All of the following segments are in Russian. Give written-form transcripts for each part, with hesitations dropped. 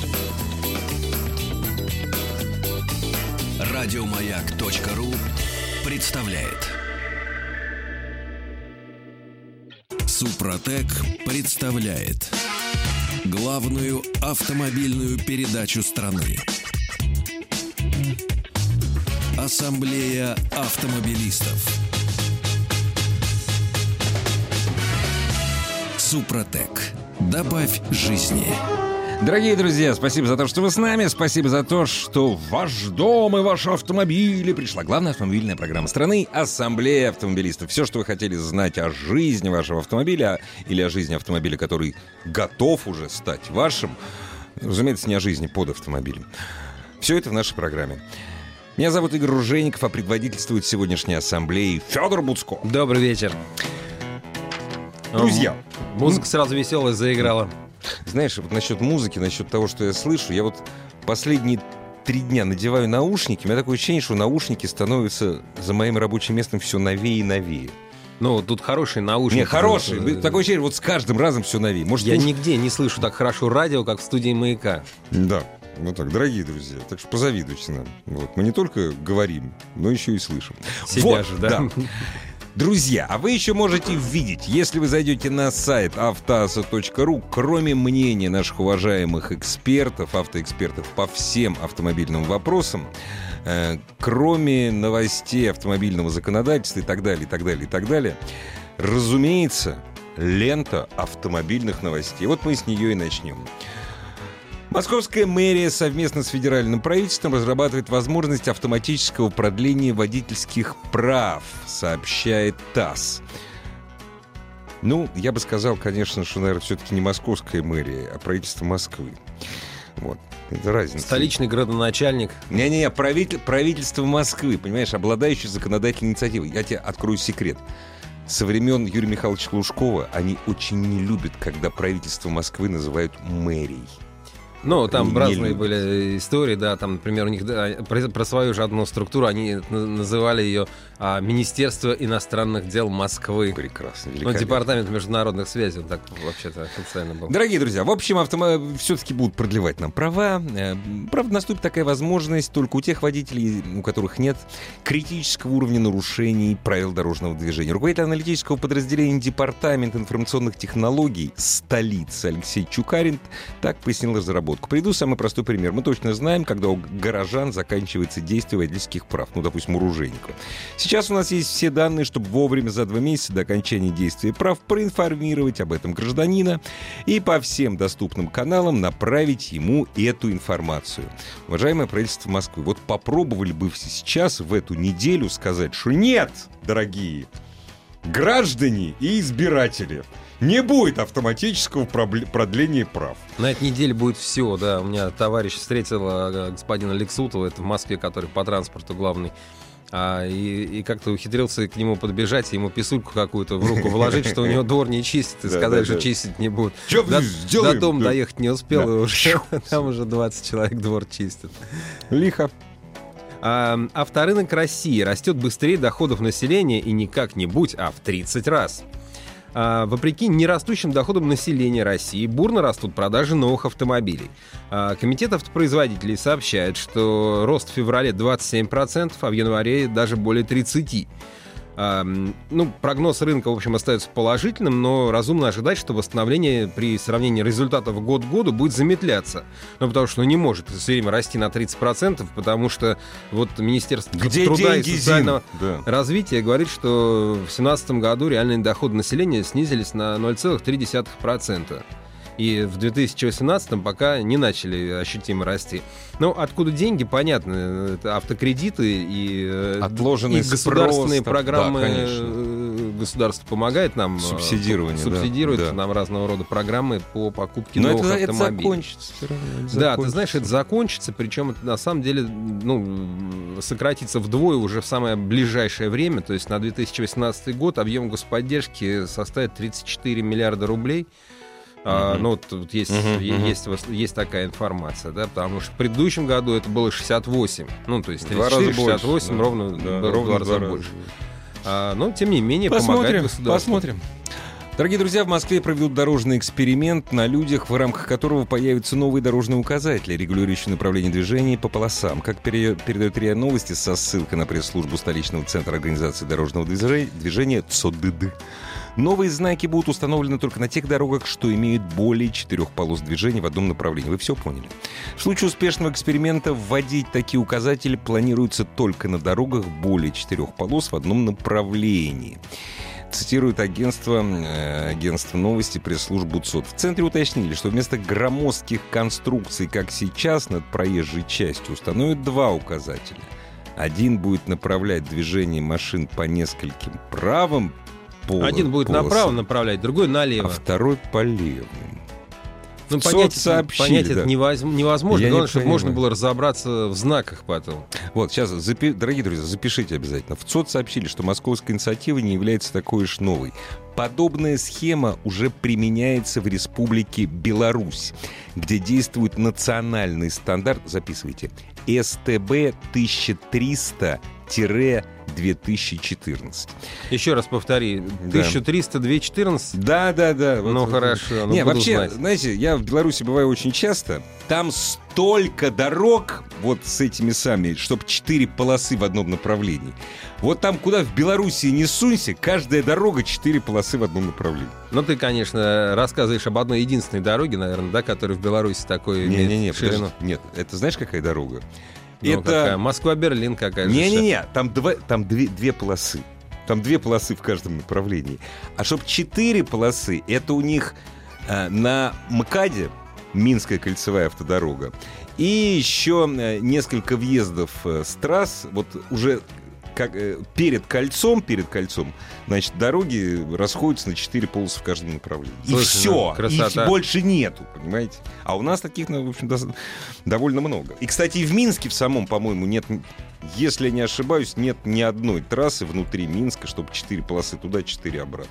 Радиомаяк.ру представляет. Супротек представляет главную автомобильную передачу страны. Ассамблея автомобилистов. Супротек. Добавь жизни. Дорогие друзья, спасибо за то, что вы с нами. Спасибо за то, что в ваш дом и ваши автомобили пришла главная автомобильная программа страны «Ассамблея автомобилистов». Все, что вы хотели знать о жизни вашего автомобиля или о жизни автомобиля, который готов уже стать вашим, разумеется, не о жизни под автомобилем. Все это в нашей программе. Меня зовут Игорь Ружейников, а предводительствует сегодняшней ассамблеи Федор Буцко. Добрый вечер. Друзья. Музыка сразу веселая заиграла. Знаешь, вот насчет музыки, насчет того, что я слышу, я вот последние 3 дня надеваю наушники, у меня такое ощущение, что наушники становятся за моим рабочим местом все новее и новее. Ну, тут хорошие наушники. Не, хорошие. Такое ощущение, вот с каждым разом все новее. Может, я нигде не слышу так хорошо радио, как в студии «Маяка». Да, вот так, дорогие друзья. Так что позавидуйте нам. Вот. Мы не только говорим, но еще и слышим. Себя вот, же, да? Друзья, а вы еще можете видеть, если вы зайдете на сайт автоаса.ру, кроме мнения наших уважаемых экспертов, автоэкспертов по всем автомобильным вопросам, кроме новостей автомобильного законодательства и так далее, и так далее, и так далее, разумеется, лента автомобильных новостей. Вот мы с нее и начнем. Московская мэрия совместно с федеральным правительством разрабатывает возможность автоматического продления водительских прав, сообщает ТАСС. Ну, я бы сказал, конечно, что, наверное, все-таки не московская мэрия, а правительство Москвы. Вот. Это разница. Столичный градоначальник. Не-не-не, правительство Москвы, понимаешь, обладающее законодательной инициативой. Я тебе открою секрет. Со времен Юрия Михайловича Лужкова они очень не любят, когда правительство Москвы называют мэрией. Ну, там разные были истории, да, там, например, у них про свою же одну структуру они называли ее Министерство иностранных дел Москвы. Прекрасно, великолепно. Ну, департамент международных связей, он так вообще-то официально был. Дорогие друзья, в общем, все-таки будут продлевать нам права. Правда, наступит такая возможность только у тех водителей, у которых нет критического уровня нарушений правил дорожного движения. Руководитель аналитического подразделения Департамента информационных технологий столицы Алексей Чукарин так пояснил разработку. Приведу самый простой пример. Мы точно знаем, когда у горожан заканчивается действие водительских прав. Ну, допустим, у Ружейникова. Сейчас у нас есть все данные, чтобы вовремя за 2 месяца до окончания действия прав проинформировать об этом гражданина и по всем доступным каналам направить ему эту информацию. Уважаемое правительство Москвы, вот попробовали бы сейчас в эту неделю сказать, что нет, дорогие граждане и избиратели, не будет автоматического продления прав. На этой неделе будет все, да. У меня товарищ встретил господина Лексутова, это в Москве, который по транспорту главный. И как-то ухитрился к нему подбежать, ему писульку какую-то в руку вложить, что у него двор не чистит, и сказали, что чистить не будут. До дома доехать не успел, и уже там уже 20 человек двор чистят. Лихо. Авторынок России растет быстрее доходов населения и не как-нибудь, а в 30 раз. Вопреки нерастущим доходам населения России, бурно растут продажи новых автомобилей. Комитет автопроизводителей сообщает, что рост в феврале 27%, а в январе даже более 30%. Ну, прогноз рынка, в общем, остается положительным, но разумно ожидать, что восстановление при сравнении результатов год к году будет замедляться. Ну, потому что не может все время расти на 30%, потому что вот Министерство труда и социального развития говорит, что в 2017 году реальные доходы населения снизились на 0,3%. И в 2018 пока не начали ощутимо расти. Ну, откуда деньги, понятно. Это автокредиты и отложенные государственные программы. Да, государство помогает нам. Субсидирует нам разного рода программы по покупке новых автомобилей. Это закончится. Да, ты знаешь, это закончится. Причем это на самом деле сократится вдвое уже в самое ближайшее время. То есть на 2018 год объем господдержки составит 34 миллиарда рублей. Ну, вот есть такая информация, да, потому что в предыдущем году это было 68. Ну, то есть 34, 68, ровно в 2 раза больше. Но, тем не менее, помогает государству. Посмотрим. Дорогие друзья, в Москве проведут дорожный эксперимент на людях, в рамках которого появятся новые дорожные указатели, регулирующие направление движения по полосам. Как передает РИА Новости со ссылкой на пресс-службу столичного центра организации дорожного движения ЦОДД, новые знаки будут установлены только на тех дорогах, что имеют более 4 полос движения в одном направлении. Вы все поняли? В случае успешного эксперимента вводить такие указатели планируется только на дорогах более 4 полос в одном направлении. Цитирует агентство новости пресс-службу ЦОД. В центре уточнили, что вместо громоздких конструкций, как сейчас, над проезжей частью установят 2 указателя. Один будет направлять движение машин по нескольким правым полосам. Один будет направо направлять, другой налево. А второй по левым. Ну, понять это невозможно. Главное, чтобы можно было разобраться в знаках потом. Вот, сейчас, дорогие друзья, запишите обязательно. В ЦОД сообщили, что московская инициатива не является такой уж новой. Подобная схема уже применяется в Республике Беларусь, где действует национальный стандарт, записывайте, СТБ 1300-2014. Еще раз повтори. 1300-2014? Да. Ну, хорошо. Не, вообще, знаете, я в Беларуси бываю очень часто. Там столько дорог вот с этими самыми, чтобы 4 полосы в одном направлении. Вот там, куда в Беларуси не сунься, каждая дорога 4 полосы в одном направлении. Ну, ты, конечно, рассказываешь об одной единственной дороге, наверное, да, которая в Беларуси такой имеет ширину. Нет, это знаешь, какая дорога? Ну, это Москва-Берлин какая-то. Не-не-не, там две полосы. Там 2 полосы в каждом направлении. А чтобы 4 полосы, это у них на МКАДе, Минская кольцевая автодорога, и еще несколько въездов с трасс, вот уже перед кольцом, значит, дороги расходятся на 4 полосы в каждом направлении. Слушай, и все, их больше нету, понимаете? А у нас таких, в общем, довольно много. И, кстати, и в Минске в самом, по-моему, нет, если я не ошибаюсь, нет ни одной трассы внутри Минска, чтобы 4 полосы туда, 4 обратно.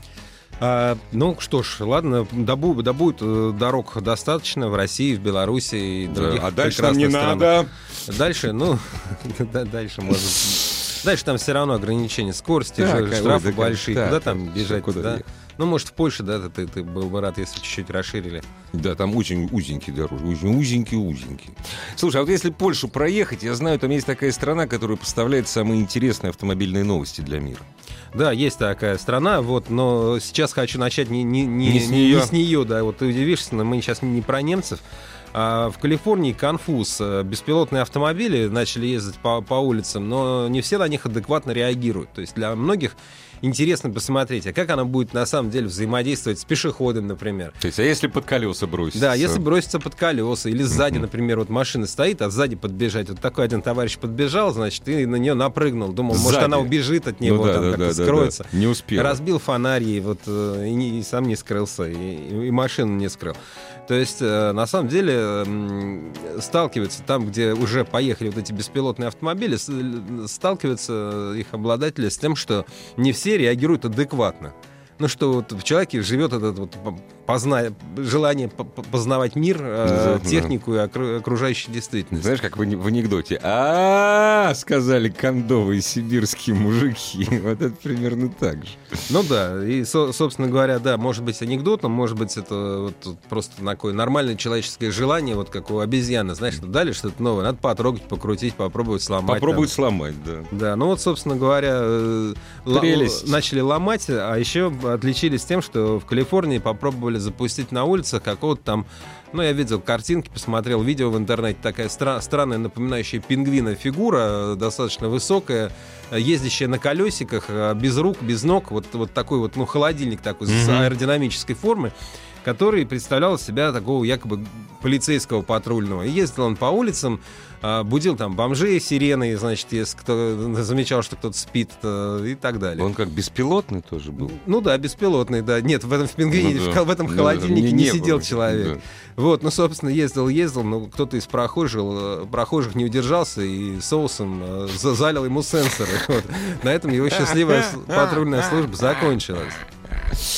Ну что ж, ладно, да будет дорог достаточно в России, в Беларуси и других а дальше нам не странах. Надо. Дальше, дальше может... Дальше там все равно ограничения скорости, штрафы большие. Куда там бежать? Да? Ну, может, в Польше, да, ты был бы рад, если чуть-чуть расширили. Да, там очень узенькие дороги, очень узенькие. Слушай, а вот если Польшу проехать, я знаю, там есть такая страна, которая поставляет самые интересные автомобильные новости для мира. Да, есть такая страна, вот, но сейчас хочу начать не с нее, да, вот ты удивишься, но мы сейчас не про немцев. В Калифорнии конфуз. Беспилотные автомобили начали ездить по улицам, но не все на них адекватно реагируют. То есть для многих интересно посмотреть, а как она будет на самом деле взаимодействовать с пешеходом, например. То есть, а если под колеса броситься? Да, если броситься под колеса, или сзади, например, вот машина стоит, а сзади подбежать. Вот такой один товарищ подбежал, значит, и на нее напрыгнул. Думал, может, она убежит от него, как-то скроется. Не успел. Разбил фонарь, и сам не скрылся, и машину не скрыл. То есть, на самом деле, сталкиваются там, где уже поехали вот эти беспилотные автомобили, сталкиваются их обладатели с тем, что не все реагируют адекватно. Ну, что вот в человеке живет это вот желание познавать мир, технику и окружающую действительность. Знаешь, как в анекдоте. Сказали кондовые сибирские мужики. Вот это примерно так же. Ну да, и, собственно говоря, да, может быть анекдотом, может быть это вот просто такое нормальное человеческое желание, вот как у обезьяны, знаешь, дали что-то новое, надо потрогать, покрутить, попробовать сломать. Попробовать сломать, да. Да, ну вот, собственно говоря, начали ломать, а еще отличились тем, что в Калифорнии попробовали запустить на улицах какого-то там, ну, я видел картинки, посмотрел видео в интернете, такая странная, напоминающая пингвина фигура, достаточно высокая, ездящая на колесиках, без рук, без ног, вот такой вот, ну, холодильник такой с аэродинамической формы, который представлял из себя такого якобы полицейского патрульного. И ездил он по улицам, будил там бомжей сиреной, значит, если кто замечал, что кто-то спит, и так далее. Он как беспилотный тоже был? Ну да, беспилотный, да. Нет, в пингвине, в этом холодильнике не сидел человек. Да. Вот, ну, собственно, ездил, но кто-то из прохожих не удержался и соусом залил ему сенсоры. Вот. На этом его счастливая патрульная служба закончилась.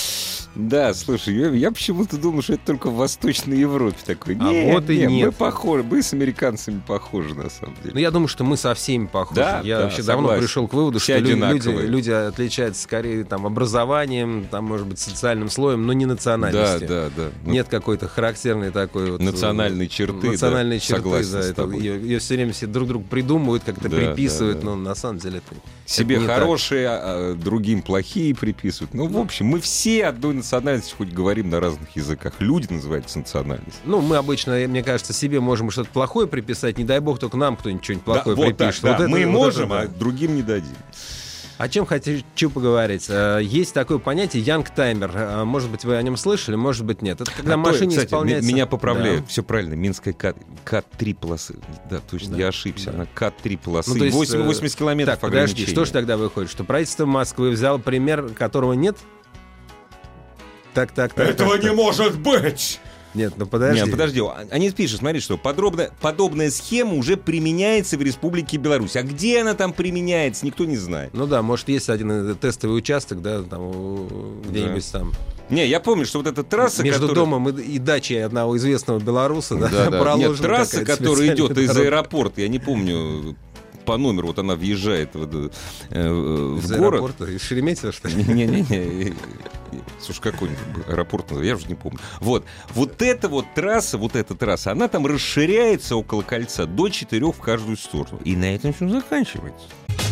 Да, слушай, я почему-то думал, что это только в Восточной Европе такой. Вот и нет. Мы похожи, мы с американцами похожи, на самом деле. Ну, я думаю, что мы со всеми похожи. Да, я да, вообще согласен. давно пришел к выводу, Все что одинаковые. люди отличаются скорее там, образованием, там, может быть, социальным слоем, но не национальностью. Да. Нет какой-то характерной такой вот... Национальной черты. Национальной черты, согласен да. с тобой. Ее все время все друг другу придумывают, как-то Да, приписывают, да. но на самом деле это... Себе это не хорошие, а другим плохие приписывают. Ну, в общем, мы все одной национальности, хоть говорим на разных языках. Люди называются национальность. Ну, мы обычно, мне кажется, себе можем что-то плохое приписать. Не дай бог, только нам кто-нибудь что-нибудь плохое вот припишет. так, да. Мы можем, это, а другим не дадим. О чем хочу поговорить? Есть такое понятие young timer. Может быть, вы о нем слышали, может быть, нет. Это когда машине кстати, исполняется... меня поправляют. Да. Все правильно. Минская К3 полосы. Да, точно, Да. я ошибся. Она К3 полосы. Ну, то есть, 80 километров Так, подожди, ограничения. что же тогда выходит? Что правительство Москвы взяло пример, которого нет? Так. может быть! Нет, ну подожди. Нет, подожди. Они пишут, смотри, что подобная схема уже применяется в Республике Беларусь. А где она там применяется, никто не знает. Ну да, может, есть один тестовый участок, да, там где-нибудь там. Не, я помню, что вот эта трасса, Между которая... домом и дачей одного известного белоруса, да, Да. проложена Нет, трасса, какая-то которая специальная идет из дорога. аэропорта, я не помню по номеру, вот она въезжает в Из город. аэропорта, из Шереметьево, что ли? Не-не-не. Слушай, какой-нибудь аэропорт, я уже не помню. Вот эта вот трасса, она там расширяется около кольца до 4 в каждую сторону. И на этом все заканчивается.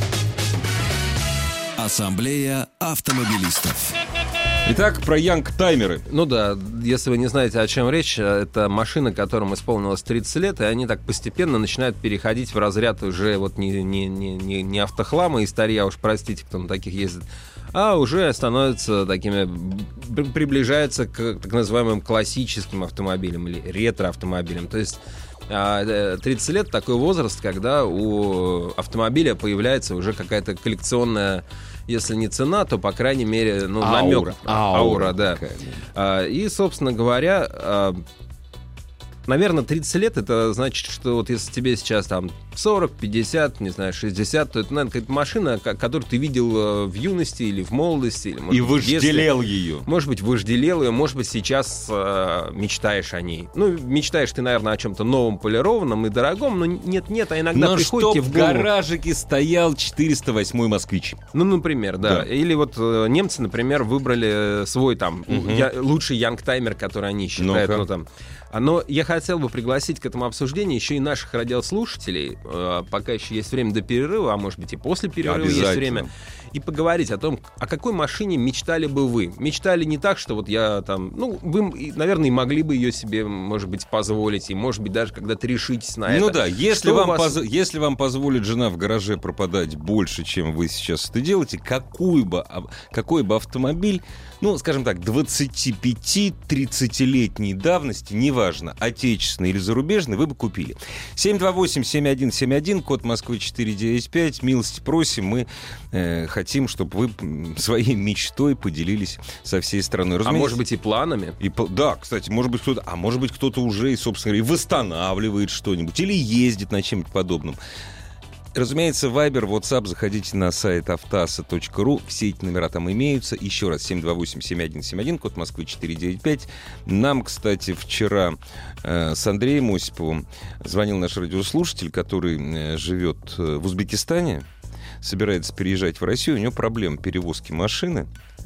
Ассамблея автомобилистов. Итак, про янг-таймеры. Ну да, если вы не знаете, о чем речь, это машины, которым исполнилось 30 лет, и они так постепенно начинают переходить в разряд уже вот не автохлама и старья, уж простите, кто на таких ездит, а уже становятся такими, приближаются к так называемым классическим автомобилям или ретро-автомобилям. То есть 30 лет такой возраст, когда у автомобиля появляется уже какая-то коллекционная, если не цена, то, по крайней мере, ну, намек. Аура, да. И, собственно говоря, наверное, 30 лет, это значит, что вот если тебе сейчас там 40, 50, не знаю, 60, то это, наверное, какая-то машина, которую ты видел в юности или в молодости. Или, может И быть, в детстве. вожделел ее. Может быть, вожделел ее, может быть, сейчас мечтаешь о ней. Ну, мечтаешь ты, наверное, о чем-то новом, полированном и дорогом, но нет, а иногда Но приходит тебе чтоб в в голову... гаражике стоял 408-й «Москвич». Ну, например, да. Да. Или вот немцы, например, выбрали свой там лучший янгтаймер, который они считают. Ну-ка. Ну, там. Но я хотел бы пригласить к этому обсуждению еще и наших радиослушателей, пока еще есть время до перерыва, а может быть и после перерыва есть время, и поговорить о том, о какой машине мечтали бы вы. Мечтали не так, что вот я там... Ну, вы, наверное, и могли бы ее себе, может быть, позволить, и, может быть, даже когда-то решитесь на это. Ну да, если Что вам позволит жена в гараже пропадать больше, чем вы сейчас это делаете, какой бы автомобиль, ну, скажем так, 25-30-летней давности, неважно, отечественный или зарубежный, вы бы купили. 728-7171, код Москвы 495, милости просим, мы хотим, чтобы вы своей мечтой поделились со всей страной. А может быть и планами. Да, кстати, может быть кто-то уже, собственно говоря, восстанавливает что-нибудь или ездит на чем-нибудь подобном. Разумеется, Viber, WhatsApp, заходите на сайт автоаса.ру, все эти номера там имеются. Еще раз, 728-7171, код Москвы 495. Нам, кстати, вчера с Андреем Осиповым звонил наш радиослушатель, который живет в Узбекистане, собирается переезжать в Россию, у него проблема перевозки машины.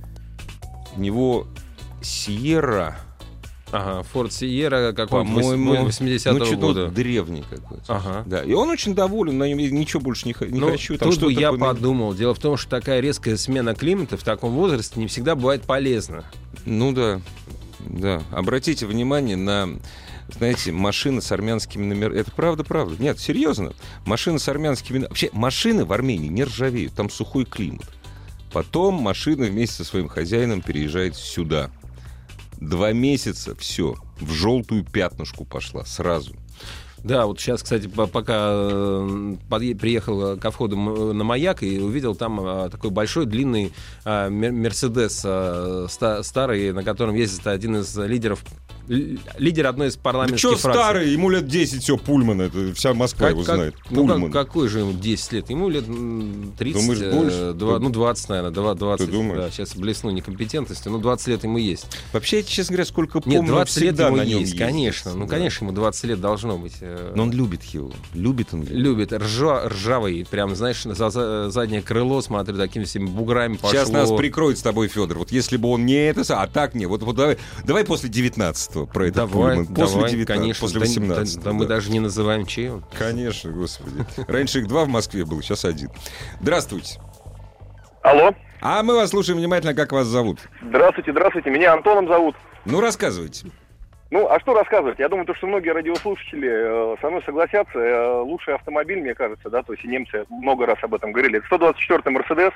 У него Сиерра... Ага, Ford Sierra какого-то по-моему, 80-го года. Древний какой-то. Ага. Да. И он очень доволен, на нем я ничего больше не хочу. Там Тут бы я поменять. подумал. Дело в том, что такая резкая смена климата в таком возрасте не всегда бывает полезна. Ну да. Обратите внимание на, знаете, машины с армянскими номерами. Это правда? Нет, серьезно. Машины с армянскими... Вообще, машины в Армении не ржавеют. Там сухой климат. Потом машина вместе со своим хозяином переезжает сюда. 2 месяца, все, в желтую пятнышку пошла сразу. Да, вот сейчас, кстати, пока приехал ко входу на Маяк и увидел там такой большой, длинный Мерседес старый, на котором ездит один из лидеров лидер одной из парламентских Что фракций. старый, ему лет 10, все, Пульман, это вся Москва его знает. Пульман. Какой же ему 10 лет? Ему лет 30, Думаешь, больше? 20, наверное, 20. Ты думаешь? Да, сейчас блесну некомпетентностью, 20 лет ему есть. Вообще, я, честно говоря, сколько Нет, помню, 20 лет всегда ему на нем есть, ездит. конечно. Да. Конечно, ему 20 лет должно быть. Но он любит его. Любит он. Любит. Ржавый, прям, знаешь, за заднее крыло, смотрю, такими всеми буграми пошло. Сейчас нас прикроет с тобой, Федор. Вот если бы он не это, а так не. Вот давай после 19-го про это. Давай, После 19-го, конечно. после 18-го. Да, мы даже не называем, чей он. Конечно, господи. Раньше их 2 в Москве было, сейчас 1. Здравствуйте. Алло. А мы вас слушаем внимательно, как вас зовут. Здравствуйте. Меня Антоном зовут. Ну, рассказывайте. Ну, а что рассказывать? Я думаю, что многие радиослушатели со мной согласятся. Лучший автомобиль, мне кажется, да, то есть и немцы много раз об этом говорили. Это 124-й Мерседес.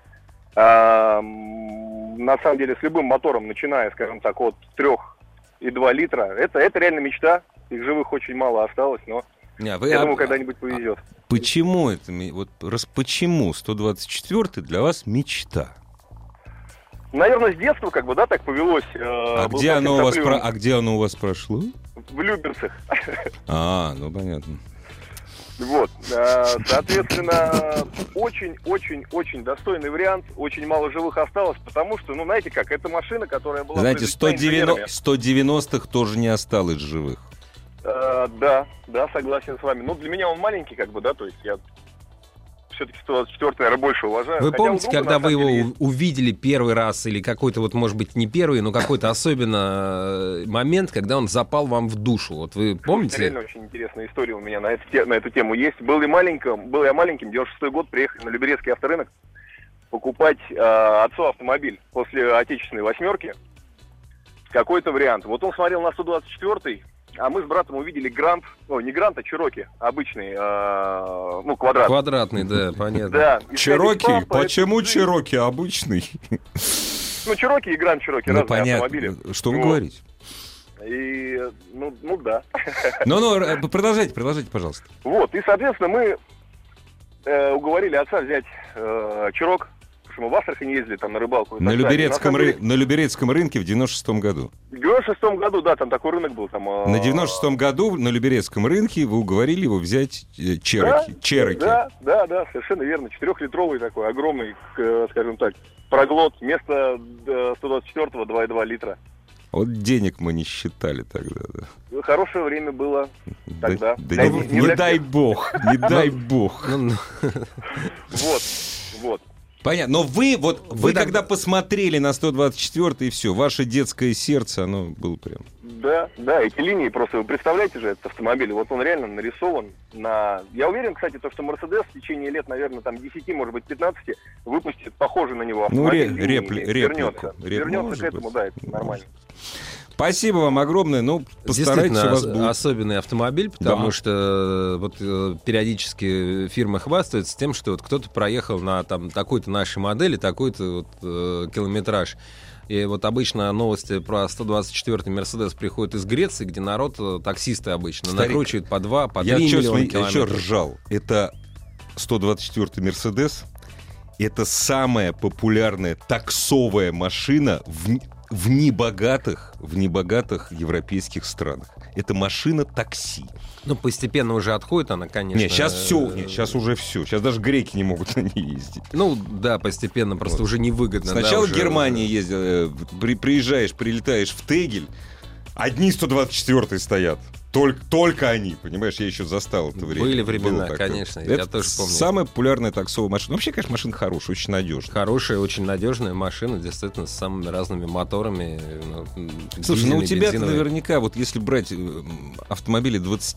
На самом деле, с любым мотором, начиная, скажем так, от 3,2 литра, это реально мечта. Их живых очень мало осталось, но я думаю, когда-нибудь повезет. Почему это? Вот почему 124-й для вас мечта? Наверное, с детства, так повелось. А где оно у вас прошло? В Люберцах. Ну понятно. Вот, соответственно, очень достойный вариант, очень мало живых осталось, потому что, знаете как, это машина, которая была... Знаете, 190-х тоже не осталось живых. Да, согласен с вами. Для меня он маленький, то есть я все-таки 124-й, наверное, больше уважаю. Вы помните, когда вы его увидели первый раз, или какой-то, может быть, не первый, но какой-то особенно момент, когда он запал вам в душу? Вот вы помните? Реально очень интересная история у меня на эту тему есть. Был я маленьким, 96-й год, приехали на Люберецкий авторынок покупать отцу автомобиль после отечественной 8-ки. Какой-то вариант. Вот он смотрел на 124-й, а мы с братом увидели Грант, не Грант, а Чироки, обычный, квадрат. Квадратный, да, понятно. Да. Чироки? Почему Чироки обычный? Чироки и Гранд Чироки, разные понятно. автомобили. Что вы говорите? И, да. Продолжайте, пожалуйста. Вот, и, соответственно, мы уговорили отца взять Чирок, потому что мы в Астрахань ездили там на рыбалку. На Люберецком рынке в 96-м году. В 96-м году, да, там такой рынок был. На 96-м году на Люберецком рынке вы уговорили его взять Чероки. Да, совершенно верно. 4-литровый такой, огромный, скажем так, проглот. Вместо 124-го 2,2 литра. Вот денег мы не считали тогда, да. Хорошее время было тогда. Не дай бог. Вот. Понятно. Но вы когда посмотрели на 124-й, и все, ваше детское сердце, оно было прям... Да, эти линии просто, вы представляете же этот автомобиль, вот он реально нарисован на... Я уверен, кстати, что Мерседес в течение лет, наверное, 10, может быть, 15 выпустит похожий на него автомобиль. Реплику. Вернется к этому, да, это нормально. Спасибо вам огромное. Постарайтесь, у вас будет... особенный автомобиль, потому что периодически фирмы хвастаются тем, что кто-то проехал на такой-то нашей модели, такой-то километраж. И обычно новости про 124-й Мерседес приходят из Греции, где народ, таксисты обычно, накручивают по 2, по 3 миллиона километров. Я еще ржал. Это 124-й Мерседес. Это самая популярная таксовая машина в небогатых европейских странах. Это машина-такси. Постепенно уже отходит она, конечно. Сейчас уже все. Сейчас даже греки не могут на ней ездить. Да, постепенно, просто уже невыгодно. Сначала в Германии ездил, прилетаешь в Тегель, одни 124-е стоят. Только они, понимаешь, я еще застал это время. Были времена, конечно, я тоже помню. Самая популярная таксовая машина. Вообще, конечно, машина хорошая, очень надежная. Хорошая, очень надежная машина, действительно, с самыми разными моторами. Слушай, у тебя наверняка, если брать автомобили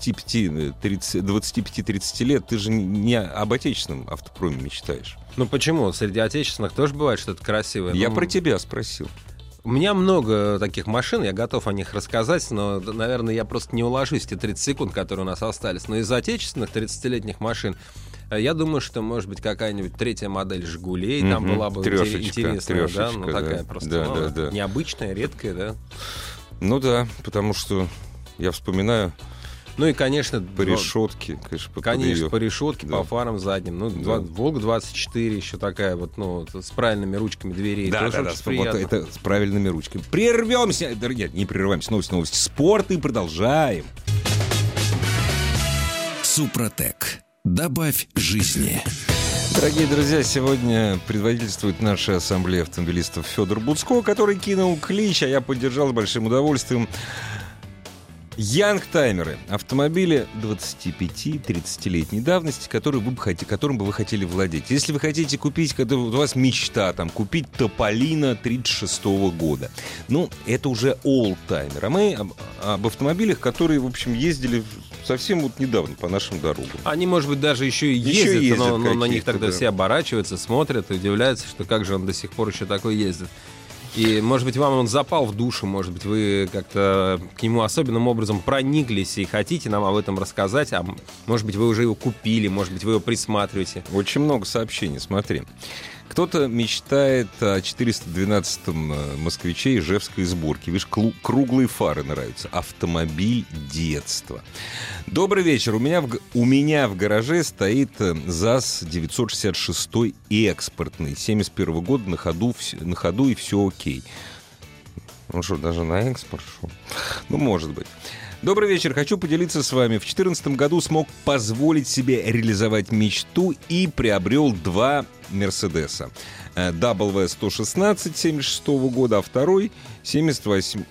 25-30 лет, ты же не об отечественном автопроме мечтаешь. Почему? Среди отечественных тоже бывает что-то красивое. Я про тебя спросил. У меня много таких машин, я готов о них рассказать, но, наверное, я просто не уложусь в те 30 секунд, которые у нас остались. Но из отечественных 30-летних машин, я думаю, что, может быть, какая-нибудь 3-я модель «Жигулей» там была бы интересная, да? Такая просто необычная, редкая, да? Да, потому что я вспоминаю Ну и, конечно... По решетке, конечно. Конечно, по решетке, Да. по фарам задним. Ну, Да. Волга-24 еще такая вот, ну, с правильными ручками дверей. Да, Тоже да, да, очень вот приятно. это с правильными ручками. Прервемся. Нет, не прерываемся. Новости. Спорт и продолжаем. Супротек. Добавь жизни. Дорогие друзья, сегодня предводительствует наша ассамблея автомобилистов Федор Буцко, который кинул клич, а я поддержал с большим удовольствием. Янгтаймеры. Автомобили 25-30-летней давности, которым бы вы хотели владеть. Если вы хотите купить, когда у вас мечта, купить Тополино 36-го года. Ну, это уже олдтаймер. А мы об автомобилях, которые, в общем, ездили совсем вот недавно по нашим дорогам. Они, может быть, даже еще и ездят, но на них тогда все оборачиваются, смотрят и удивляются, что как же он до сих пор еще такой ездит. И, может быть, вам он запал в душу, может быть, вы как-то к нему особенным образом прониклись и хотите нам об этом рассказать, а может быть, вы уже его купили, может быть, вы его присматриваете. Очень много сообщений, смотри. Кто-то мечтает о 412-м «Москвиче» ижевской сборки. Видишь, круглые фары нравятся. Автомобиль детства. Добрый вечер. У меня в гараже стоит ЗАЗ-966 экспортный. 71 года на ходу и все окей. Ну что, даже на экспорт шел? Ну, может быть. Добрый вечер. Хочу поделиться с вами. В 2014 году смог позволить себе реализовать мечту и приобрел 2 «Мерседеса». W116 76 года, а второй 78...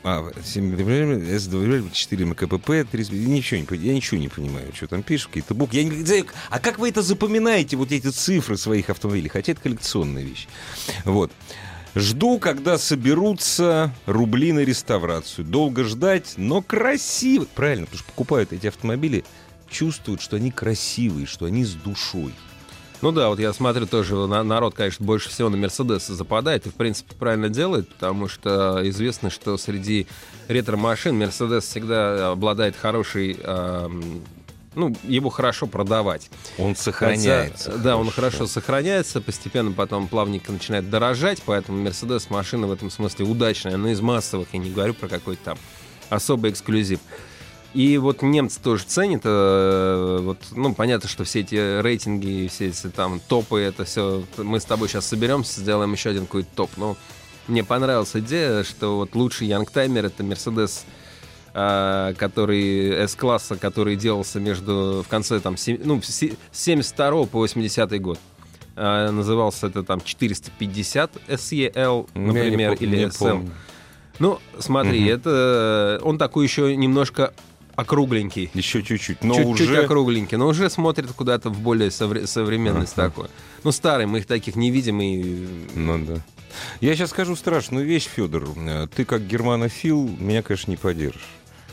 S4 МКПП. Я ничего не понимаю, что там пишут, какие-то буквы. Я не знаю, а как вы это запоминаете, вот эти цифры своих автомобилей? Хотя это коллекционная вещь. Вот. Жду, когда соберутся рубли на реставрацию. Долго ждать, но красиво. Правильно, потому что покупают эти автомобили, чувствуют, что они красивые, что они с душой. Ну да, вот я смотрю, тоже народ, конечно, больше всего на «Мерседесы» западает, и, в принципе, правильно делает, потому что известно, что среди ретро-машин «Мерседес» всегда обладает хорошей... его хорошо продавать. Он сохраняется. Да, он хорошо сохраняется, постепенно потом плавненько начинает дорожать, поэтому «Мерседес» машина в этом смысле удачная, она из массовых, я не говорю про какой-то там особый эксклюзив. И вот немцы тоже ценят, понятно, что все эти рейтинги, все эти там топы, это все, мы с тобой сейчас соберемся, сделаем еще один какой-то топ, но мне понравилась идея, что вот лучший янгтаймер — это «Мерседес», который S-класса, который делался в конце с 72 по 80 год. Назывался это там 450 SEL, например, или SM. Ну, смотри, это он такой еще немножко округленький. Еще чуть-чуть, но чуть-чуть уже... округленький, но уже смотрит куда-то в более современность такой. Ну, старый, мы их таких не видим. Ну да. Я сейчас скажу страшную вещь, Федор. Ты как германофил меня, конечно, не поддержишь.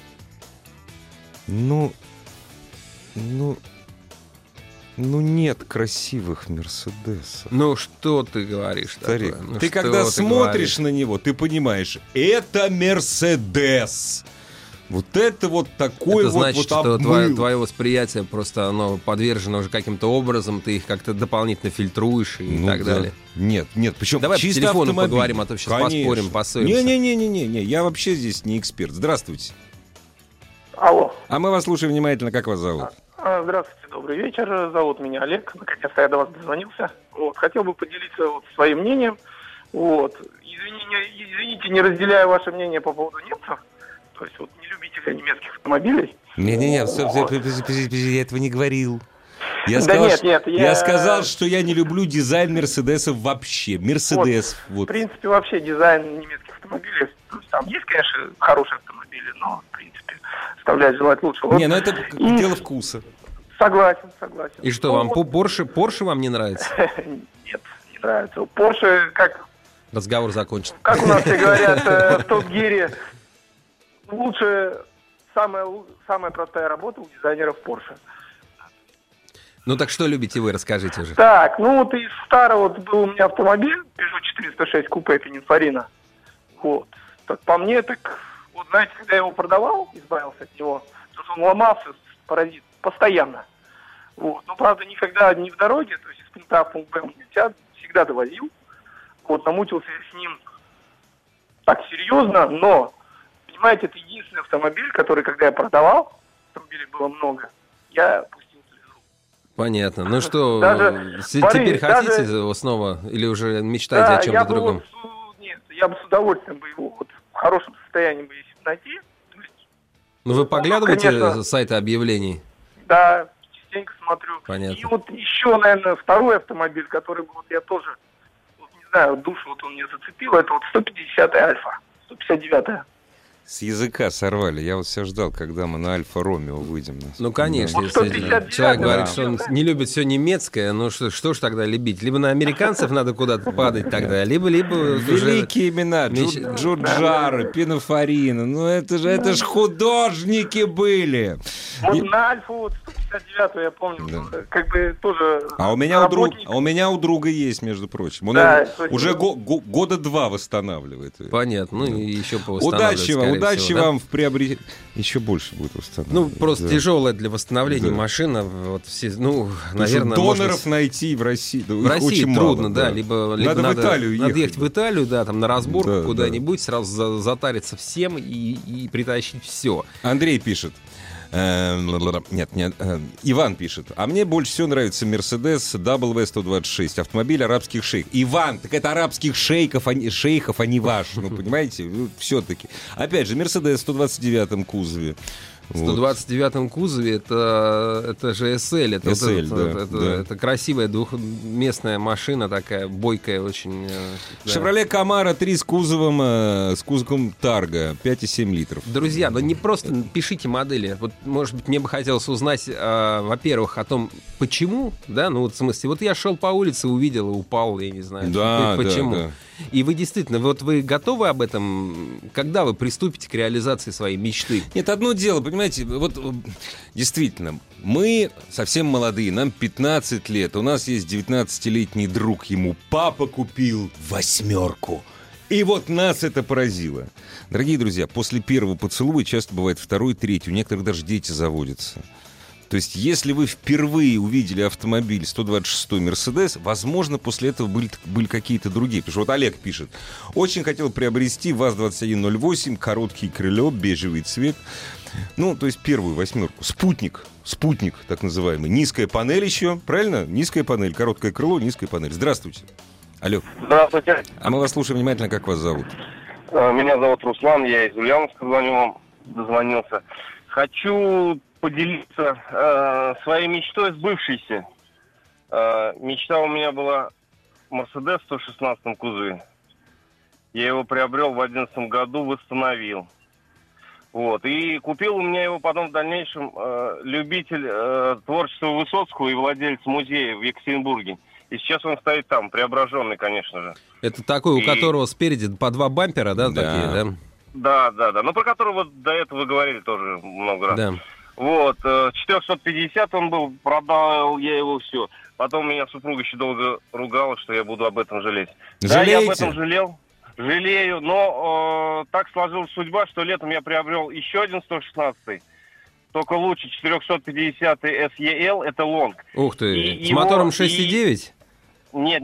Нет красивых «Мерседесов». Ну, что ты говоришь Старик, такое? ты когда смотришь на него, ты понимаешь, это «Мерседес». Вот это вот такой это значит, вот что обмыл. твое восприятие просто оно подвержено уже каким-то образом, ты их как-то дополнительно фильтруешь и так далее. Нет, причем давай чисто по телефону автомобиль. поговорим, а то сейчас поспорим, поссоримся. Не, я вообще здесь не эксперт. Здравствуйте. Алло. А мы вас слушаем внимательно. Как вас зовут? Здравствуйте, добрый вечер. Зовут меня Олег. Наконец-то я до вас дозвонился. Хотел бы поделиться своим мнением. Извините, не разделяю ваше мнение по поводу немцев. То есть не любители немецких автомобилей. Не, подожди, я этого не говорил. Я сказал, что я не люблю дизайн «Мерседесов» вообще. «Мерседес». В принципе, вообще дизайн немецких автомобилей, там есть, конечно, хорошие автомобили, но, в принципе, оставляет желать лучшего. Это дело вкуса. Согласен. И что, вам Porsche вам не нравится? Нет, не нравится. Porsche, как... Разговор закончен. Как у нас все говорят в Топ-Гире, лучше, самая простая работа у дизайнеров Porsche. Ну так что любите вы, расскажите уже. Так, из старого был у меня автомобиль, Peugeot 406 купе Пининфорина. Так по мне, знаете, когда я его продавал, избавился от него, потому что он ломался, паразит, постоянно. Правда, никогда не в дороге, то есть из пункта А в пункт Б он всегда довозил. Намучился я с ним так серьезно, но, понимаете, это единственный автомобиль, который, когда я продавал, автомобилей было много, я пустил слезу. Понятно. Ну что, Даже, теперь Борис, хотите даже- его снова или уже мечтаете о чем-то другом? Я бы с удовольствием бы его вот в хорошем состоянии бы если найти. То есть, Ну вы поглядываете конечно. с сайта объявлений? да, частенько смотрю. Понятно. И вот еще, наверное, второй автомобиль, который вот я тоже, вот, не знаю, душу вот он мне зацепил, это вот 150-й Альфа, 159-я. С языка сорвали. Я вот все ждал, когда мы на Альфа Ромео выйдем. Ну, конечно, Вот если 159, человек да. говорит, что он не любит все немецкое, ну что ж тогда любить? Либо на американцев надо куда-то падать тогда, либо уже... Великие имена. Джорджаро, Пинофарина. Ну это ж художники были. Вот И- на Альфу вот 159-ю я помню, Да. как бы тоже... А у меня работник- у меня у друга есть, между прочим. Он Да, его точно. уже года 2 восстанавливает. Понятно, ну и еще повосстанавливать, Удачи вам, скорее удачи всего, да? вам в приобретении. Еще больше будет восстанавливать. Ну, просто Да. тяжелая для восстановления Да. машина. Вот все, ну, Потому что наверное, доноров можно... найти в России, да, В их России очень трудно, мало, да. Либо надо в Италию надо ехать, ехать в Италию, да, там на разборку Да, куда-нибудь, сразу затариться всем и притащить все. Андрей пишет. Нет, Иван пишет. А мне больше всего нравится Mercedes W126, автомобиль арабских шейхов. Иван, так это арабских шейхов, а не ваш, ну, понимаете? Все-таки. Опять же, Mercedes в 129-м кузове. В 129-м кузове это же SL. Это, SL, да. это красивая двухместная машина, такая бойкая очень. Да. Chevrolet Camaro 3 с кузовом Targa, 5,7 литров. Друзья, ну не просто пишите модели. Вот, может быть, мне бы хотелось узнать, во-первых, о том, почему, да, ну вот в смысле, вот я шел по улице, увидел и упал, я не знаю, Да, почему. да. И вы действительно, вот вы готовы об этом, когда вы приступите к реализации своей мечты? Нет, одно дело, понимаете, вот действительно, мы совсем молодые, нам 15 лет, у нас есть 19-летний друг, ему папа купил 8. И вот нас это поразило. Дорогие друзья, после первого поцелуя часто бывает 2-й, 3-й, у некоторых даже дети заводятся. То есть, если вы впервые увидели автомобиль 126-й Мерседес, возможно, после этого были какие-то другие. Потому что вот Олег пишет. Очень хотел приобрести ВАЗ-2108, короткий крыло, бежевый цвет. Ну, то есть первую 8. Спутник, так называемый. Низкая панель еще, правильно? Низкая панель, короткое крыло, низкая панель. Здравствуйте. Алло. Здравствуйте. А мы вас слушаем внимательно, как вас зовут? Меня зовут Руслан, я из Ульяновска звоню вам, дозвонился. Хочу поделиться своей мечтой сбывшейся. Мечта у меня была Мерседес в 116 кузове. Я его приобрел в 2011 году, восстановил. Вот. И купил у меня его потом в дальнейшем любитель творчества Высоцкого и владелец музея в Екатеринбурге. И сейчас он стоит там, преображенный, конечно же. Это такой, у которого спереди по 2 бампера, да, Да. такие, да? Да. Ну, про который вот до этого вы говорили тоже много раз. Да. Вот, 450 он был, продал я его все. Потом меня супруга еще долго ругала, что я буду об этом жалеть. Да, я об Жалеете? этом жалею, но так сложилась судьба, что летом я приобрел еще один 116-й, только лучше, 450-й SEL, это лонг. Ух ты, И с его- мотором и- 6,9? Нет.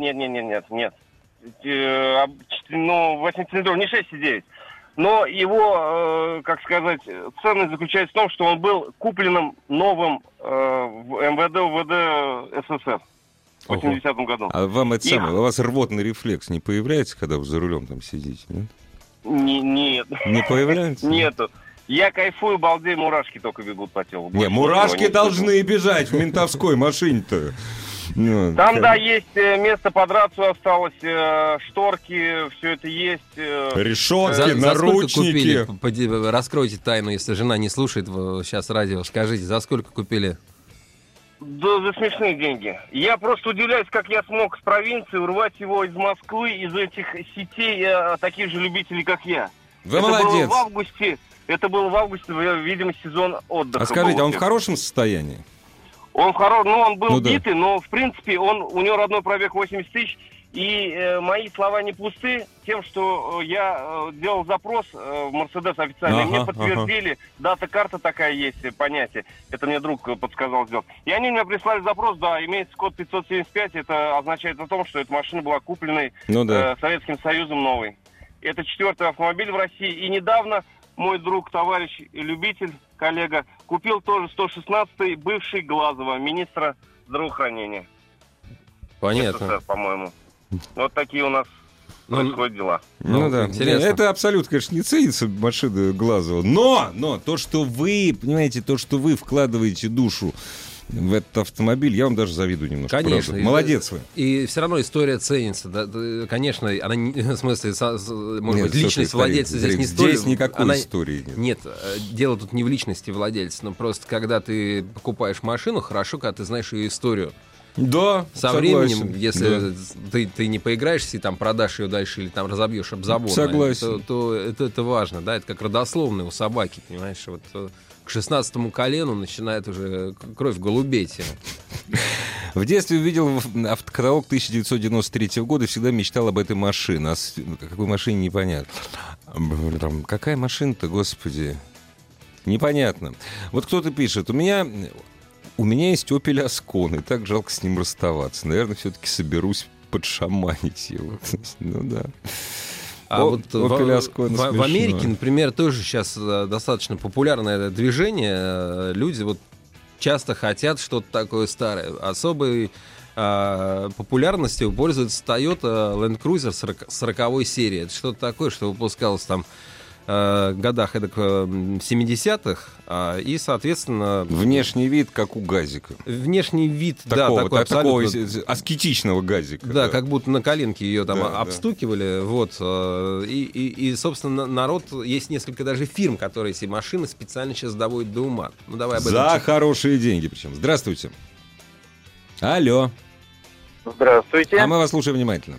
Ну, 8-цилиндровый, не 6,9. Но его, как сказать, ценность заключается в том, что он был купленным новым в МВД, УВД СССР в 80-м году. А вам это Их- самое, у вас рвотный рефлекс не появляется, когда вы за рулем там сидите, нет? Нет, Не появляется? нету. Я кайфую, балдею, мурашки только бегут по телу. Не, Больше мурашки ничего не должны бежать в ментовской машине-то. Ну, Там, как- да, есть место под рацию осталось, шторки, все это есть. Решетки, За сколько наручники. купили? Раскройте тайну, если жена не слушает сейчас радио. Скажите, за сколько купили? Да, за смешные деньги. Я просто удивляюсь, как я смог с провинции урвать его из Москвы, из этих сетей, таких же любителей, как я. Вы это молодец. Было в августе, видимо, сезон отдыха. А скажите, был. а он в хорошем состоянии? Он он был Ну да. битый, но, в принципе, у него родной пробег 80 тысяч, и мои слова не пусты тем, что я делал запрос в Мерседес официально, Ага, мне подтвердили, дата-карта такая есть, понятие, это мне друг подсказал сделать. И они мне прислали запрос, да, имеется код 575, это означает о том, что эта машина была купленной Ну да. Советским Союзом новой. Это 4-й автомобиль в России, и недавно мой друг, товарищ и любитель, коллега, купил тоже 116-й, бывший Глазова, министра здравоохранения. Понятно. СССР, по-моему. Вот такие у нас происходят дела. Ну да, интересно. это абсолютно, конечно, не ценится машина Глазова. Но то, что вы, понимаете, то, что вы вкладываете душу в этот автомобиль, я вам даже завидую немножко. Конечно. Правда. Молодец вы. И все равно история ценится. Да, конечно, она, в смысле, может быть, личность слушай, владельца здесь не здесь стоит. никакой истории нет. Нет, дело тут не в личности владельца, но просто когда ты покупаешь машину, хорошо, когда ты знаешь ее историю. Да, Со согласен. временем, если ты не поиграешься и там продашь ее дальше или там разобьешь об забор, Согласен. то это важно, да, это как родословная у собаки, понимаешь, вот к 16-му колену начинает уже кровь голубеть. В детстве увидел автокаталог 1993 года и всегда мечтал об этой машине. О какой машине, непонятно. Там, какая машина-то, господи? Непонятно. Вот кто-то пишет, у меня есть Opel Ascona, и так жалко с ним расставаться. Наверное, все-таки соберусь подшаманить его. Ну да. А вот Ascona в Америке, например, тоже сейчас достаточно популярное движение. Люди вот часто хотят что-то такое старое. Особой популярностью пользуется Toyota Land Cruiser 40-й серии. Это что-то такое, что выпускалось там годах 70-х, и, соответственно... Внешний вид, как у газика. Внешний вид, такого, да, такой абсолютно... Такого аскетичного газика. Да, как будто на коленке ее там обстукивали, вот. И, собственно, народ... Есть несколько даже фирм, которые эти машины специально сейчас доводят до ума. Ну, давай об этом За хорошие деньги причем. Здравствуйте. Алло. Здравствуйте. А мы вас слушаем внимательно.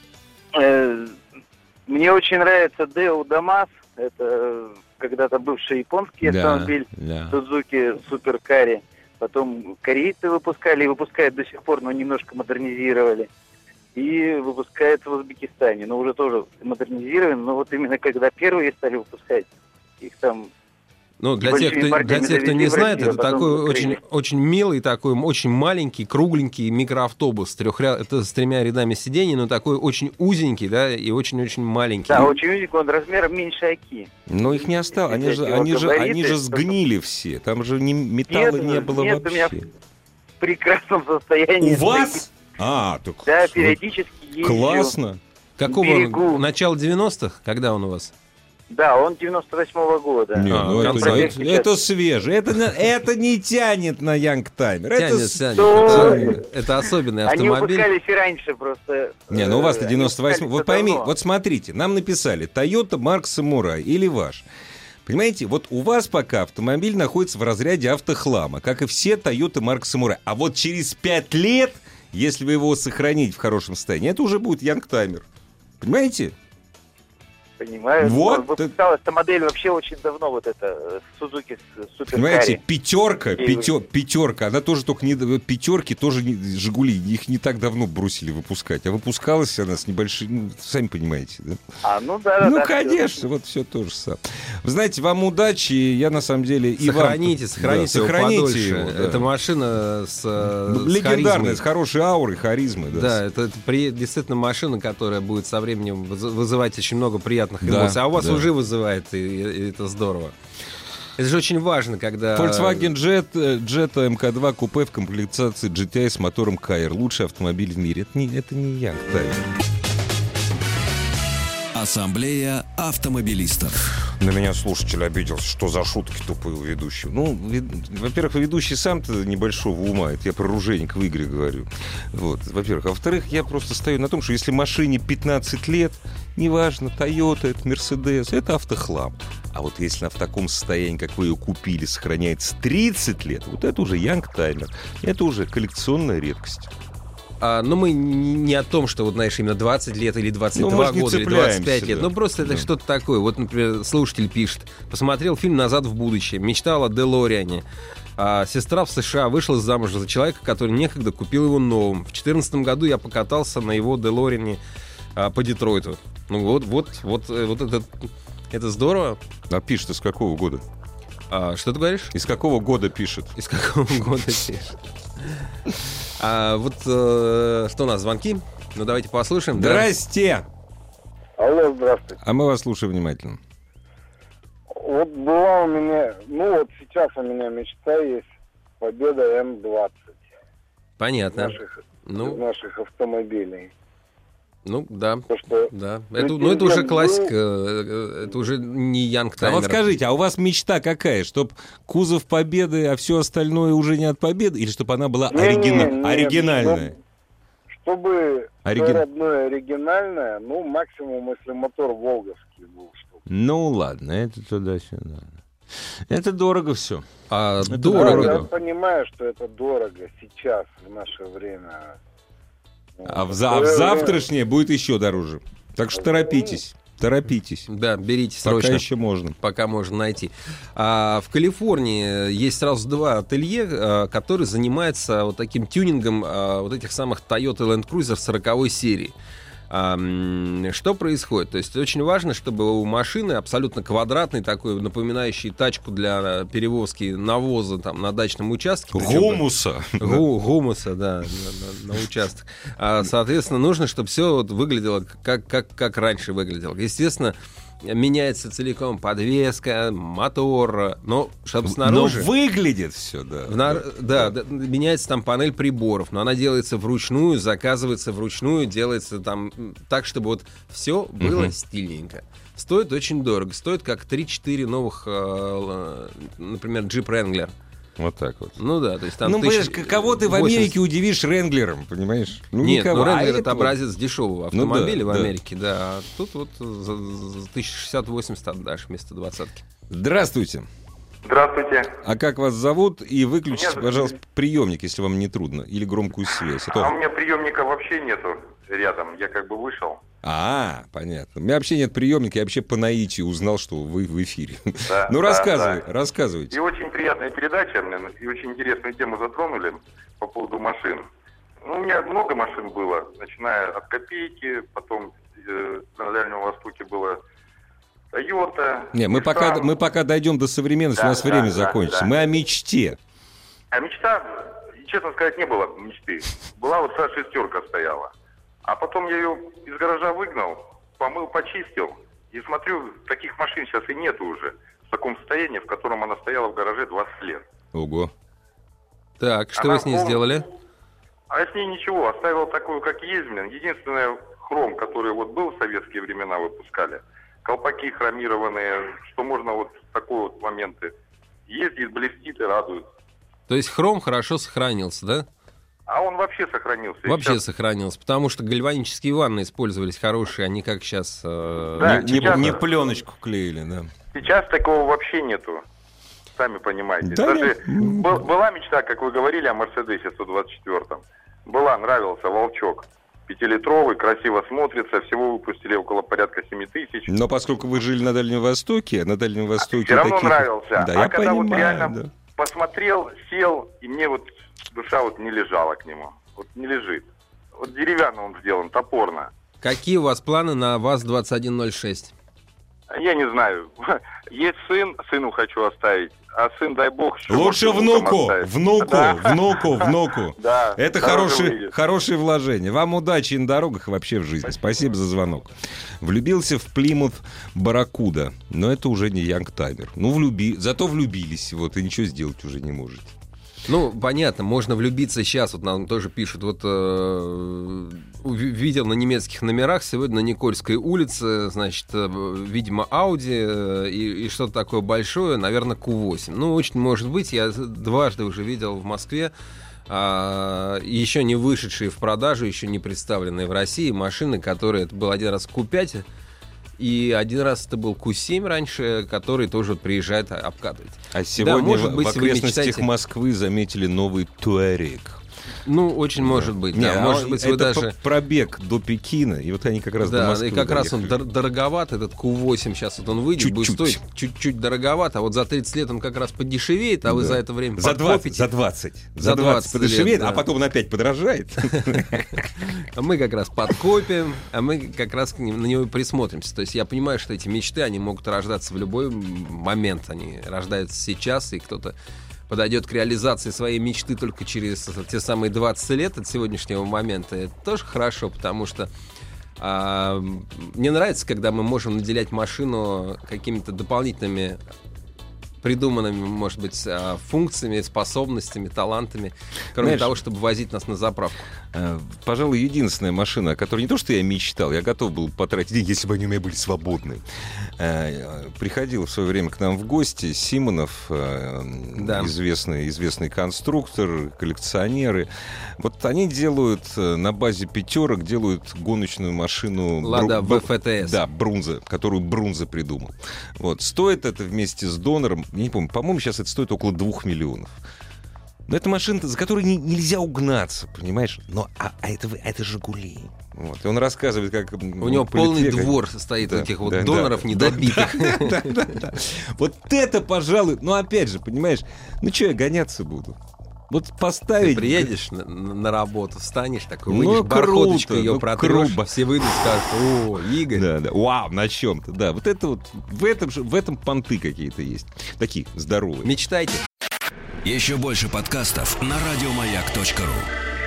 Мне очень нравится Део Дамас. Это когда-то бывший японский автомобиль Suzuki Super Carry. Потом корейцы выпускали и выпускают до сих пор, но немножко модернизировали. И выпускается в Узбекистане, но уже тоже модернизирован. Но вот именно когда первые стали выпускать, их там... Ну, для тех, кто не знает, это такой очень милый, такой очень маленький, кругленький микроавтобус. Это с 3 рядами сидений, но такой очень узенький, да, и очень-очень маленький. Да, очень узенький, он размером меньше Оки. Но их не осталось, они же сгнили все, там же металла не было вообще. Нет, у меня в прекрасном состоянии. У вас? Так... Да, периодически езжу. Классно. Какого? Начала 90-х? Когда он у вас? Да, он 98-го года. Это свеже. Это не тянет на Янгтаймер. Тянет. Это особенный автомобиль. Они выпускались и раньше просто. Не, у вас-то 98-й. Вот пойми, вот смотрите, нам написали Toyota Mark Samurai или ваш. Понимаете, вот у вас пока автомобиль находится в разряде автохлама, как и все Toyota Mark Samurai. А вот через 5 лет, если вы его сохраните в хорошем состоянии, это уже будет Янгтаймер. Понимаете? Понимаю. Вот. Выпускалась эта модель вообще очень давно, вот это Suzuki Super Carry. Понимаете, пятерка, она тоже только не... Пятерки тоже Жигули, их не так давно бросили выпускать, а выпускалась она с небольшой... сами понимаете, да? Да. Конечно, вот все то же самое. Вы знаете, вам удачи, я на самом деле... Сохраните его подольше. Да. Это машина с легендарная, с хорошей аурой, харизмой. Да, это действительно машина, которая будет со временем вызывать очень много приятных эмоций. А у вас уже вызывает, и это здорово. Это же очень важно, когда... Volkswagen Jetta MK2 купе в комплектации GTI с мотором Кайр. Лучший автомобиль в мире. Это не Янгтаймер. Ассамблея автомобилистов. На меня слушатель обиделся, что за шутки тупые у ведущего. Во-первых, ведущий сам-то небольшого ума. Это я про оружейник в игре говорю. Вот, во-первых. А во-вторых, я просто стою на том, что если машине 15 лет, неважно, Toyota, это Mercedes, это автохлам. А вот если она в таком состоянии, как вы ее купили, сохраняется 30 лет, вот это уже Янгтаймер. Это уже коллекционная редкость. Но мы не о том, что, вот, знаешь, именно 20 лет или 22 года или 25 лет. Да. Просто это что-то такое. Вот, например, слушатель пишет. Посмотрел фильм «Назад в будущее». Мечтал о Делориане. А сестра в США вышла замуж за человека, который некогда купил его новым. В 2014 году я покатался на его Делориане по Детройту. Вот это здорово. А пишет из какого года? Что ты говоришь? Из какого года пишет? Из какого года пишет? Что у нас, звонки? Ну, давайте послушаем. Здрасте! Алло, здравствуйте. А мы вас слушаем внимательно. Вот была у меня, сейчас у меня мечта есть Победа М-20. Понятно. Из наших автомобилей. Да. Что да. Это уже классика, это уже не янгтаймер. А вот скажите, а у вас мечта какая? Чтоб кузов Победы, а все остальное уже не от Победы? Или чтобы она была оригинальная? Чтобы все родное оригинальное, максимум, если мотор волговский был. Ладно, это туда-сюда. Это дорого все. Дорого. Я понимаю, что это дорого сейчас, в наше время. А в завтрашнее будет еще дороже. Так что торопитесь. Да, берите срочно. Пока еще можно. Пока можно найти. В Калифорнии есть сразу 2 ателье, которые занимаются вот таким тюнингом вот этих самых Toyota Land Cruiser 40-й серии. Что происходит? То есть очень важно, чтобы у машины абсолютно квадратный, такой напоминающий тачку для перевозки навоза там, на дачном участке. Гумуса. Гумуса, да, на участок. Соответственно, нужно, чтобы все вот выглядело как раньше выглядело. Естественно, меняется целиком подвеска, мотор, но чтобы снаружи... Но выглядит все, да. Да, меняется там панель приборов, но она делается вручную, заказывается вручную, делается там так, чтобы вот все было стильненько. Стоит очень дорого, стоит как 3-4 новых, например, Jeep Wrangler. Вот так вот. Да, то есть там... понимаешь, кого ты в Америке удивишь Ренглером, понимаешь? Нет, никого. Ренглер это образец дешевого автомобиля в Америке, да. А тут вот за 1060-80 отдашь вместо 20-ки. Здравствуйте. Здравствуйте. А как вас зовут? И выключите, пожалуйста, приемник, если вам не трудно, или громкую связь. У меня приемника вообще нету рядом, я как бы вышел. Понятно. У меня вообще нет приемника, я вообще по наитию узнал, что вы в эфире. Да, рассказывайте. И очень приятная передача, и очень интересную тему затронули по поводу машин. У меня много машин было, начиная от копейки, потом на Дальнем Востоке было Toyota. Не, мы пока дойдем до современности, у нас время закончится. Мы о мечте. А мечта, честно сказать, не было мечты. Была вот та шестерка стояла. А потом я ее из гаража выгнал, помыл, почистил. И смотрю, таких машин сейчас и нету уже. В таком состоянии, в котором она стояла в гараже 20 лет. Ого. Так, что вы с ней сделали? А я с ней ничего, оставил такую, как есть, Единственное, хром, который вот был в советские времена, выпускали. Колпаки хромированные, что можно вот в такой вот моменты. Ездит, блестит и радует. То есть хром хорошо сохранился, да? А он вообще сохранился. Вообще сохранился, потому что гальванические ванны использовались хорошие, они как сейчас... не пленочку клеили, да. Сейчас такого вообще нету, сами понимаете. Да, даже была мечта, как вы говорили, о Мерседесе 124-м. Нравился Волчок. 5-литровый, красиво смотрится, всего выпустили около порядка 7 тысяч. Но поскольку вы жили на Дальнем Востоке, все равно нравился. Да, я когда понимаю, вот реально посмотрел, сел, и мне вот душа вот не лежала к нему. Вот не лежит. Вот деревянно он сделан, топорно. Какие у вас планы на ВАЗ-2106? Я не знаю. Есть сын, сыну хочу оставить. А сын, дай бог... Лучше внуку. Да. Это хорошее вложение. Вам удачи на дорогах и вообще в жизни. Спасибо за звонок. Влюбился в Плимут Барракуда. Но это уже не янгтаймер. Зато влюбились. Вот, и ничего сделать уже не можете. Понятно, можно влюбиться сейчас. Вот нам тоже пишут, видел на немецких номерах сегодня на Никольской улице, значит, видимо, Audi и что-то такое большое, наверное, Q8. Очень может быть, я дважды уже видел в Москве еще не вышедшие в продажу, еще не представленные в России машины, которые, это был один раз Q5, и один раз это был Q7 раньше, который тоже приезжает обкатывать. А сегодня может быть, в окрестностях Москвы заметили новый Туарек. Очень может быть. Может быть, вы даже... пробег до Пекина, и вот они как раз до Москвы и как раз он дороговат, этот Q8, сейчас вот он выйдет, будет стоить чуть-чуть дороговат, а вот за 30 лет он как раз подешевеет, а вы за это время подкопите. За 20 подешевеет, а потом он опять подорожает. А мы как раз подкопим, а мы как раз на него и присмотримся. То есть я понимаю, что эти мечты, они могут рождаться в любой момент, они рождаются сейчас, и кто-то подойдет к реализации своей мечты только через те самые 20 лет от сегодняшнего момента. Это тоже хорошо, потому что Мне нравится, когда мы можем наделять машину какими-то дополнительными придуманными, может быть, функциями, способностями, талантами, кроме того, чтобы возить нас на заправку. Пожалуй, единственная машина, о которой не то, что я мечтал, я готов был потратить деньги, если бы они у меня были свободны. Приходил в свое время к нам в гости Симонов, известный конструктор, коллекционеры. Вот они делают на базе пятерок, делают гоночную машину Лада ВФТС. Да, Брунзе, которую Брунзе придумал. Вот. Стоит это вместе с донором, я не помню, по-моему, сейчас это стоит около 2 миллионов. Но это машина, за которой нельзя угнаться, понимаешь? Но это «Жигули». Вот. И он рассказывает, как... У него полный двор состоит этих доноров недобитых. Да. Вот это, пожалуй... Ну, опять же, понимаешь, ну что я гоняться буду? Вот поставить... Ты приедешь на работу, встанешь такой, выйдешь, бархоточку ее протрешь, все выйдут и скажут: о, Игорь. Да. Вау, на чем-то. Да, вот это вот, в этом понты какие-то есть. Такие здоровые. Мечтайте. Еще больше подкастов на радиомаяк.ру.